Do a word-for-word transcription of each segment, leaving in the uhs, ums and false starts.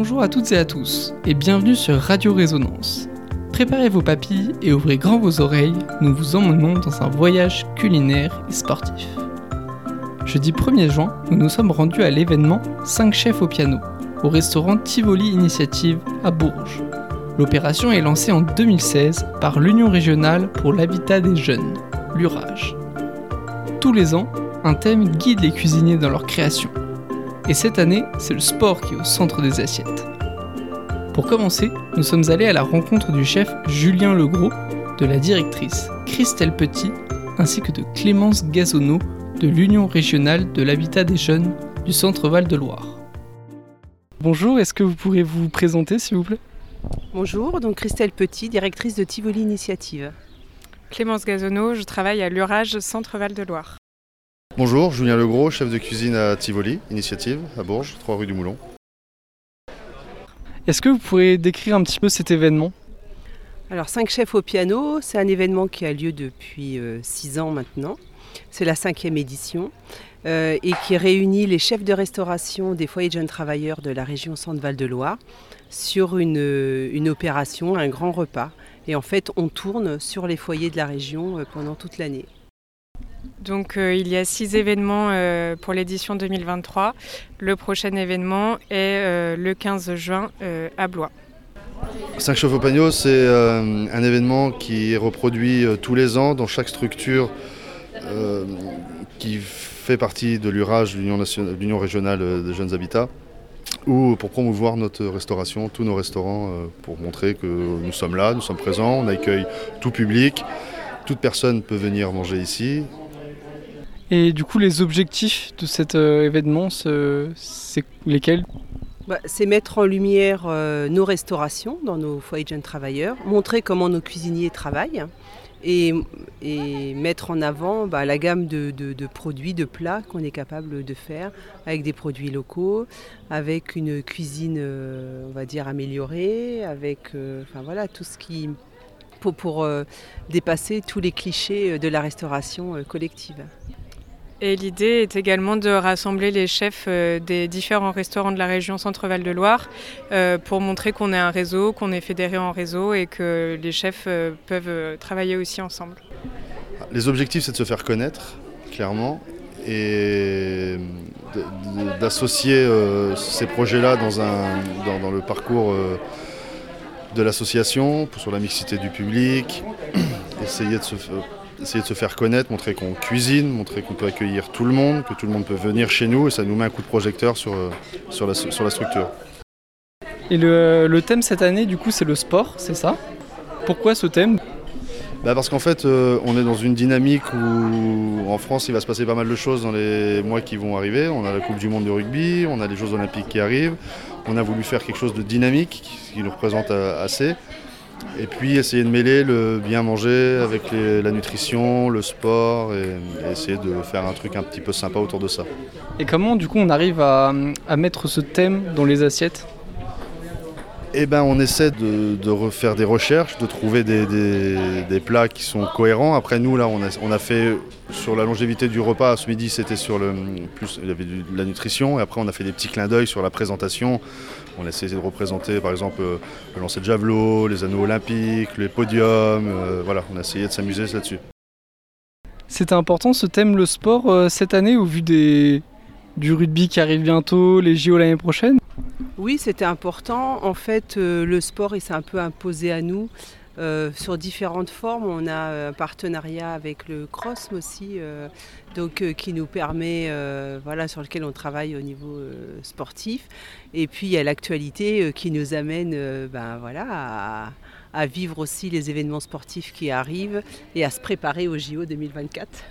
Bonjour à toutes et à tous, et bienvenue sur Radio Résonance. Préparez vos papilles et ouvrez grand vos oreilles, nous vous emmenons dans un voyage culinaire et sportif. Jeudi premier juin, nous nous sommes rendus à l'événement cinq chefs au piano, au restaurant Tivoli Initiative à Bourges. L'opération est lancée en deux mille seize par l'Union régionale pour l'habitat des jeunes, l'URAGE. Tous les ans, un thème guide les cuisiniers dans leur création. Et cette année, c'est le sport qui est au centre des assiettes. Pour commencer, nous sommes allés à la rencontre du chef Julien Legros, de la directrice Christelle Petit, ainsi que de Clémence Gazonneau, de l'Union régionale de l'habitat des jeunes du Centre Val-de-Loire. Bonjour, est-ce que vous pourrez vous présenter s'il vous plaît ? Bonjour, donc Christelle Petit, directrice de Tivoli Initiative. Clémence Gazonneau, je travaille à l'URAGE Centre Val-de-Loire. Bonjour, Julien Legros, chef de cuisine à Tivoli Initiative à Bourges, trois rue du Moulon. Est-ce que vous pourriez décrire un petit peu cet événement ? Alors cinq chefs au piano, c'est un événement qui a lieu depuis six ans maintenant. C'est la cinquième édition euh, et qui réunit les chefs de restauration des foyers de jeunes travailleurs de la région Centre Val-de-Loire sur une, une opération, un grand repas. Et en fait, on tourne sur les foyers de la région euh, pendant toute l'année. Donc euh, il y a six événements euh, pour l'édition deux mille vingt-trois. Le prochain événement est euh, le quinze juin euh, à Blois. cinq chefs au piano, c'est euh, un événement qui est reproduit euh, tous les ans dans chaque structure euh, qui fait partie de l'URAGE, l'Union, nationale, l'Union régionale des jeunes habitats, ou pour promouvoir notre restauration, tous nos restaurants, euh, pour montrer que nous sommes là, nous sommes présents, on accueille tout public, toute personne peut venir manger ici. Et du coup, les objectifs de cet euh, événement, c'est, c'est lesquels ? Bah, c'est mettre en lumière euh, nos restaurations dans nos foyers de jeunes travailleurs, montrer comment nos cuisiniers travaillent et, et mettre en avant bah, la gamme de, de, de produits, de plats qu'on est capable de faire avec des produits locaux, avec une cuisine, euh, on va dire, améliorée, avec euh, enfin, voilà, tout ce qui... pour, pour euh, dépasser tous les clichés de la restauration euh, collective. Et l'idée est également de rassembler les chefs des différents restaurants de la région Centre Val-de-Loire pour montrer qu'on est un réseau, qu'on est fédéré en réseau et que les chefs peuvent travailler aussi ensemble. Les objectifs, c'est de se faire connaître, clairement, et d'associer ces projets-là dans, un, dans, dans le parcours de l'association, sur la mixité du public, essayer de se essayer de se faire connaître, montrer qu'on cuisine, montrer qu'on peut accueillir tout le monde, que tout le monde peut venir chez nous et ça nous met un coup de projecteur sur, sur, la, sur la structure. Et le, le thème cette année, du coup, c'est le sport, c'est ça ? Pourquoi ce thème ? Bah parce qu'en fait, euh, on est dans une dynamique où en France, il va se passer pas mal de choses dans les mois qui vont arriver. On a la Coupe du Monde de rugby, on a les Jeux Olympiques qui arrivent. On a voulu faire quelque chose de dynamique, qui nous représente assez. Et puis essayer de mêler le bien manger avec les, la nutrition, le sport et, et essayer de faire un truc un petit peu sympa autour de ça. Et comment du coup on arrive à, à mettre ce thème dans les assiettes ? Eh ben on essaie de, de refaire des recherches, de trouver des, des, des plats qui sont cohérents. Après nous là on a, on a fait sur la longévité du repas, ce midi c'était sur le plus il y avait de la nutrition et après on a fait des petits clins d'œil sur la présentation. On a essayé de représenter par exemple le lancer de javelot, les anneaux olympiques, les podiums, euh, voilà, on a essayé de s'amuser là-dessus. C'était important ce thème le sport euh, cette année au vu des, du rugby qui arrive bientôt, les J O l'année prochaine ? Oui, c'était important. En fait, euh, le sport il s'est un peu imposé à nous euh, sur différentes formes. On a un partenariat avec le CROSM aussi, euh, donc, euh, qui nous permet, euh, voilà, sur lequel on travaille au niveau euh, sportif. Et puis il y a l'actualité euh, qui nous amène euh, ben, voilà, à, à vivre aussi les événements sportifs qui arrivent et à se préparer au J O deux mille vingt-quatre.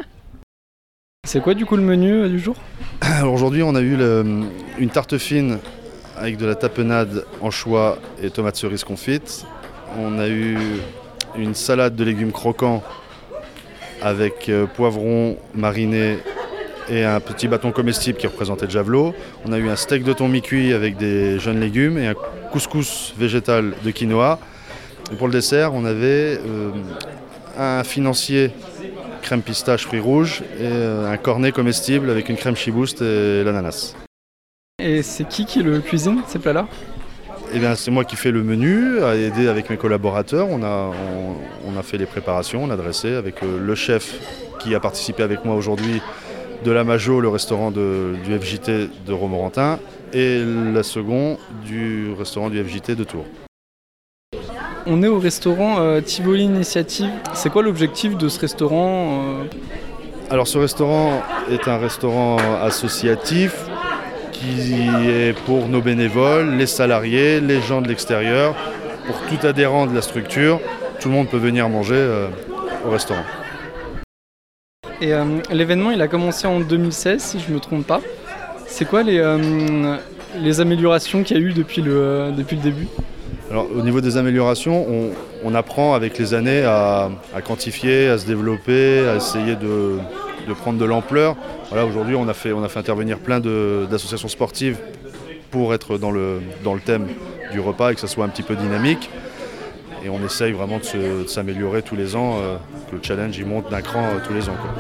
C'est quoi du coup le menu euh, du jour ? Alors aujourd'hui on a eu le, une tarte fine avec de la tapenade, anchois et tomates cerises confites. On a eu une salade de légumes croquants avec euh, poivrons marinés et un petit bâton comestible qui représentait le javelot. On a eu un steak de thon mi-cuit avec des jeunes légumes et un couscous végétal de quinoa. Et pour le dessert, on avait euh, un financier crème pistache fruits rouges et euh, un cornet comestible avec une crème chiboust et l'ananas. Et c'est qui qui le cuisine, ces plats-là ? Eh bien, c'est moi qui fais le menu, à aider avec mes collaborateurs. On a, on, on a fait les préparations, on a dressé avec le chef qui a participé avec moi aujourd'hui de la Majo, le restaurant de, du F J T de Romorantin, et la seconde du restaurant du F J T de Tours. On est au restaurant euh, Tivoli Initiative. C'est quoi l'objectif de ce restaurant euh... Alors ce restaurant est un restaurant associatif qui est pour nos bénévoles, les salariés, les gens de l'extérieur, pour tout adhérent de la structure. Tout le monde peut venir manger euh, au restaurant. Et euh, l'événement, il a commencé en deux mille seize, si je ne me trompe pas. C'est quoi les, euh, les améliorations qu'il y a eu depuis le, euh, depuis le début ? Alors, au niveau des améliorations, on, on apprend avec les années à, à quantifier, à se développer, à essayer de, de prendre de l'ampleur. Voilà, aujourd'hui, on a fait, on a fait intervenir plein de, d'associations sportives pour être dans le, dans le thème du repas et que ça soit un petit peu dynamique. Et on essaye vraiment de, se, de s'améliorer tous les ans, euh, que le challenge il monte d'un cran euh, tous les ans, quoi.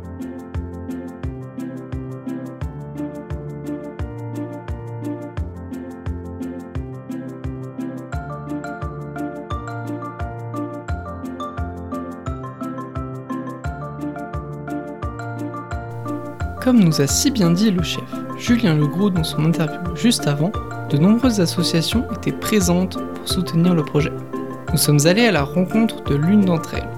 Comme nous a si bien dit le chef Julien Legros dans son interview juste avant, de nombreuses associations étaient présentes pour soutenir le projet. Nous sommes allés à la rencontre de l'une d'entre elles.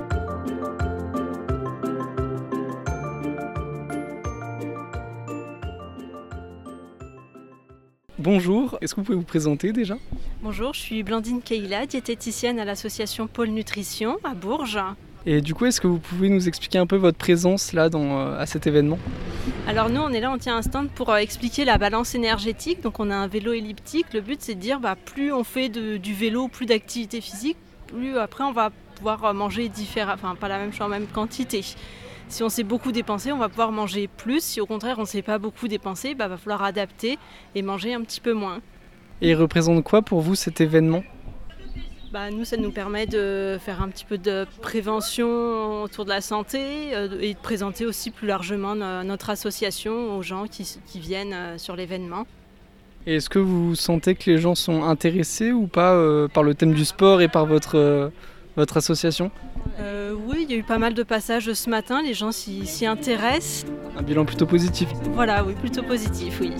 Bonjour, est-ce que vous pouvez vous présenter déjà ? Bonjour, je suis Blandine Keila, diététicienne à l'association Pôle Nutrition à Bourges. Et du coup, est-ce que vous pouvez nous expliquer un peu votre présence là dans, euh, à cet événement ? Alors nous, on est là, on tient un stand pour euh, expliquer la balance énergétique. Donc on a un vélo elliptique. Le but, c'est de dire, bah, plus on fait de, du vélo, plus d'activité physique, plus après on va pouvoir manger différemment, enfin pas la même chose en même quantité. Si on s'est beaucoup dépensé, on va pouvoir manger plus. Si au contraire on ne s'est pas beaucoup dépensé, bah, va falloir adapter et manger un petit peu moins. Et il représente quoi pour vous cet événement ? Bah, nous, ça nous permet de faire un petit peu de prévention autour de la santé euh, et de présenter aussi plus largement no- notre association aux gens qui, qui viennent euh, sur l'événement. Et est-ce que vous sentez que les gens sont intéressés ou pas euh, par le thème du sport et par votre, euh, votre association ? euh, Oui, il y a eu pas mal de passages ce matin, les gens s'y, s'y intéressent. Un bilan plutôt positif. Voilà, oui, plutôt positif, oui.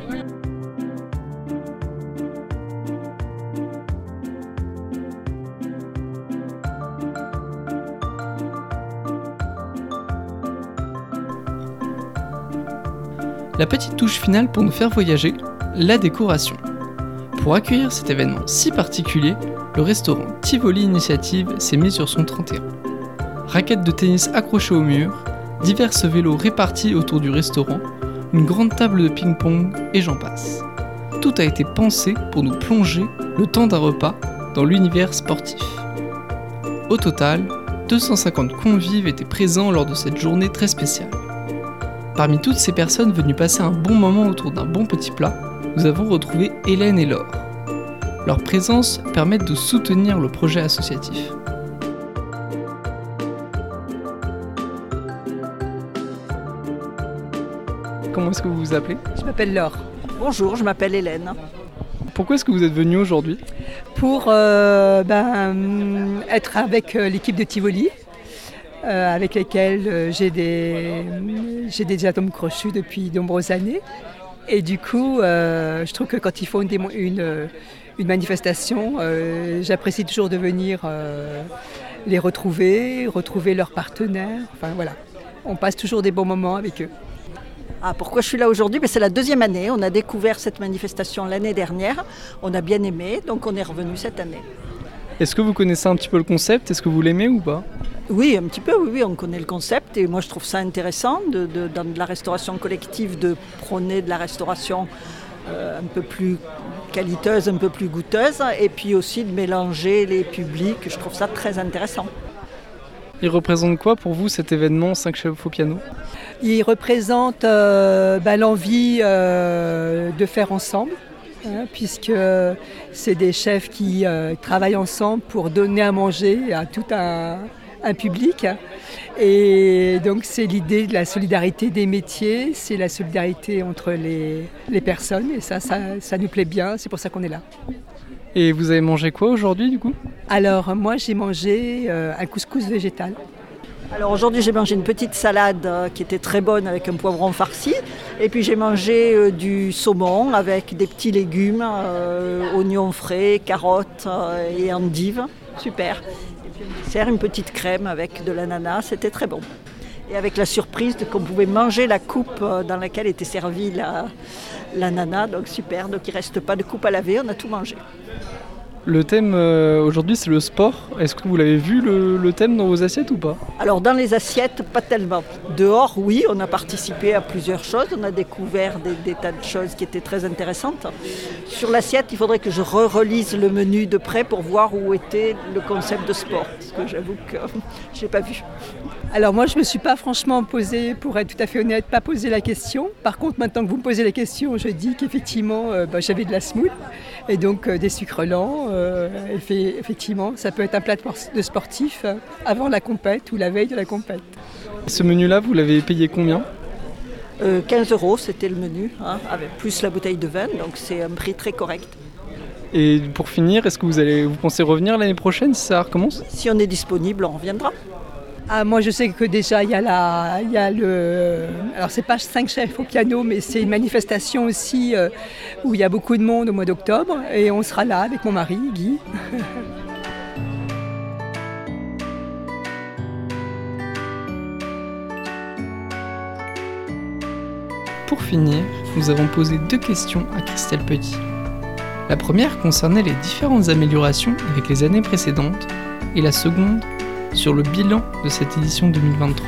La petite touche finale pour nous faire voyager, la décoration. Pour accueillir cet événement si particulier, le restaurant Tivoli Initiative s'est mis sur son trente et un. Raquettes de tennis accrochées au mur, divers vélos répartis autour du restaurant, une grande table de ping-pong et j'en passe. Tout a été pensé pour nous plonger, le temps d'un repas, dans l'univers sportif. Au total, deux cent cinquante convives étaient présents lors de cette journée très spéciale. Parmi toutes ces personnes venues passer un bon moment autour d'un bon petit plat, nous avons retrouvé Hélène et Laure. Leur présence permet de soutenir le projet associatif. Comment est-ce que vous vous appelez ? Je m'appelle Laure. Bonjour, je m'appelle Hélène. Pourquoi est-ce que vous êtes venue aujourd'hui ? Pour euh, ben, être avec euh, l'équipe de Tivoli, euh, avec lesquels euh, j'ai, des, j'ai des atomes crochus depuis de nombreuses années. Et du coup, euh, je trouve que quand ils font une, démo- une, une manifestation, euh, j'apprécie toujours de venir euh, les retrouver, retrouver leurs partenaires. Enfin voilà, on passe toujours des bons moments avec eux. Ah, pourquoi je suis là aujourd'hui ? Ben, c'est la deuxième année. On a découvert cette manifestation l'année dernière. On a bien aimé, donc on est revenu cette année. Est-ce que vous connaissez un petit peu le concept ? Est-ce que vous l'aimez ou pas ? Oui, un petit peu, oui, oui, on connaît le concept. Et moi, je trouve ça intéressant, de, de, dans de la restauration collective, de prôner de la restauration euh, un peu plus qualiteuse, un peu plus goûteuse. Et puis aussi de mélanger les publics. Je trouve ça très intéressant. Il représente quoi pour vous cet événement cinq chefs au piano ? Il représente euh, ben, l'envie euh, de faire ensemble, hein, puisque c'est des chefs qui euh, travaillent ensemble pour donner à manger à tout un, un public. Et donc c'est l'idée de la solidarité des métiers, c'est la solidarité entre les, les personnes et ça, ça, ça nous plaît bien, c'est pour ça qu'on est là. Et vous avez mangé quoi aujourd'hui du coup ? Alors moi j'ai mangé euh, un couscous végétal. Alors aujourd'hui j'ai mangé une petite salade euh, qui était très bonne avec un poivron farci et puis j'ai mangé euh, du saumon avec des petits légumes, euh, oignons frais, carottes euh, et endives, super. Et puis un dessert, une petite crème avec de l'ananas, c'était très bon. Et avec la surprise de, qu'on pouvait manger la coupe euh, dans laquelle était servie la, l'ananas, donc super, donc il ne reste pas de coupe à laver, on a tout mangé. Le thème euh, aujourd'hui c'est le sport. Est-ce que vous l'avez vu le, le thème dans vos assiettes ou pas ? Alors dans les assiettes, pas tellement. Dehors, oui, on a participé à plusieurs choses. On a découvert des, des tas de choses qui étaient très intéressantes. Sur l'assiette, il faudrait que je re-relise le menu de près pour voir où était le concept de sport. Parce que j'avoue que je n'ai pas vu. Alors moi je ne me suis pas franchement posé, pour être tout à fait honnête, pas posé la question. Par contre maintenant que vous me posez la question, je dis qu'effectivement euh, bah, j'avais de la semoule et donc euh, des sucres lents. Euh, effectivement, ça peut être un plat de sportif euh, avant la compète ou la veille de la compète. Ce menu-là, vous l'avez payé combien ? euh, quinze euros, c'était le menu, hein, avec plus la bouteille de vin, donc c'est un prix très correct. Et pour finir, est-ce que vous, allez, vous pensez revenir l'année prochaine si ça recommence ? Si on est disponible, on reviendra. Ah, moi je sais que déjà il y a, la, il y a le... Alors c'est pas cinq chefs au piano, mais c'est une manifestation aussi euh, où il y a beaucoup de monde au mois d'octobre et on sera là avec mon mari, Guy. Pour finir, nous avons posé deux questions à Christelle Petit. La première concernait les différentes améliorations avec les années précédentes et la seconde sur le bilan de cette édition deux mille vingt-trois.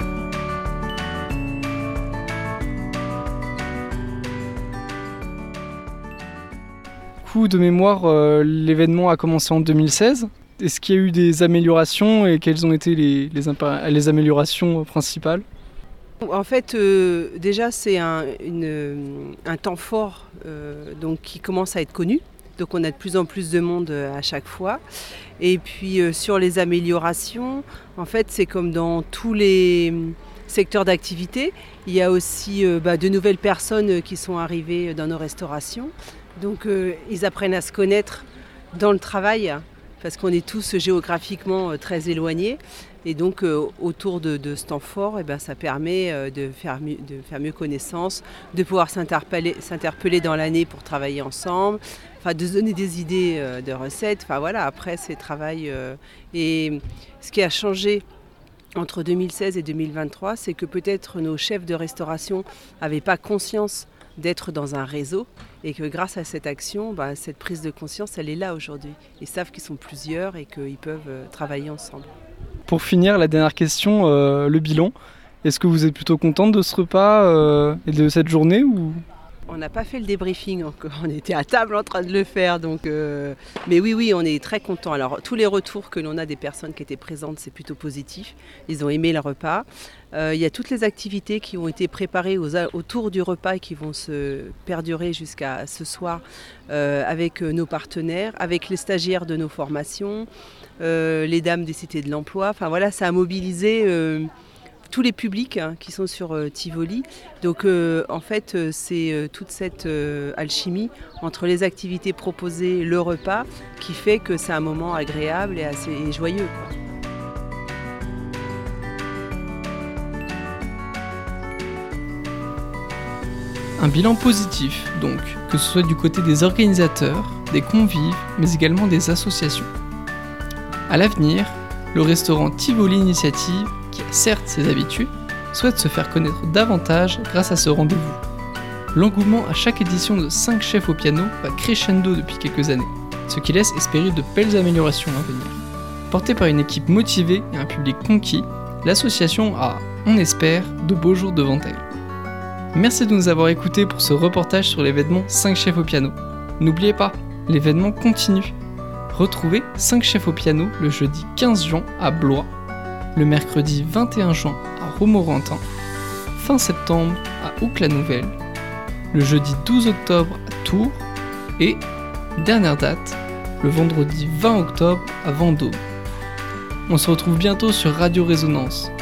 Coup de mémoire, euh, l'événement a commencé en deux mille seize. Est-ce qu'il y a eu des améliorations et quelles ont été les, les, impa- les améliorations principales ? En fait, euh, déjà, c'est un, une, un temps fort euh, donc, qui commence à être connu. Donc on a de plus en plus de monde à chaque fois. Et puis euh, sur les améliorations, en fait, c'est comme dans tous les secteurs d'activité. Il y a aussi euh, bah, de nouvelles personnes qui sont arrivées dans nos restaurations. Donc euh, ils apprennent à se connaître dans le travail parce qu'on est tous géographiquement euh, très éloignés. Et donc euh, autour de, de ce temps fort, eh ben, ça permet euh, de, faire mieux, de faire mieux connaissance, de pouvoir s'interpeller, s'interpeller dans l'année pour travailler ensemble, enfin, de se donner des idées euh, de recettes. Enfin, voilà, après, c'est travail. Euh, et ce qui a changé entre deux mille seize et deux mille vingt-trois, c'est que peut-être nos chefs de restauration n'avaient pas conscience d'être dans un réseau et que grâce à cette action, bah, cette prise de conscience, elle est là aujourd'hui. Ils savent qu'ils sont plusieurs et qu'ils peuvent euh, travailler ensemble. Pour finir, la dernière question, euh, le bilan. Est-ce que vous êtes plutôt contente de ce repas euh, et de cette journée ou... On n'a pas fait le débriefing encore, on était à table en train de le faire, donc euh... mais oui, oui, on est très contents. Alors tous les retours que l'on a des personnes qui étaient présentes, c'est plutôt positif. Ils ont aimé le repas. Euh, il y a toutes les activités qui ont été préparées aux, autour du repas et qui vont se perdurer jusqu'à ce soir euh, avec nos partenaires, avec les stagiaires de nos formations, euh, les dames des cités de l'emploi. Enfin voilà, ça a mobilisé euh, tous les publics hein, qui sont sur euh, Tivoli. Donc euh, en fait, euh, c'est euh, toute cette euh, alchimie entre les activités proposées, le repas, qui fait que c'est un moment agréable et assez et joyeux, quoi. Un bilan positif, donc, que ce soit du côté des organisateurs, des convives, mais également des associations. À l'avenir, le restaurant Tivoli Initiative, qui a certes ses habitudes, souhaite se faire connaître davantage grâce à ce rendez-vous. L'engouement à chaque édition de cinq chefs au piano va crescendo depuis quelques années, ce qui laisse espérer de belles améliorations à venir. Portée par une équipe motivée et un public conquis, l'association a, on espère, de beaux jours devant elle. Merci de nous avoir écoutés pour ce reportage sur l'événement cinq chefs au piano. N'oubliez pas, l'événement continue. Retrouvez cinq chefs au piano le jeudi quinze juin à Blois, le mercredi vingt et un juin à Romorantin, fin septembre à Oucques-la-Nouvelle, le jeudi douze octobre à Tours et, dernière date, le vendredi vingt octobre à Vendôme. On se retrouve bientôt sur Radio Résonance.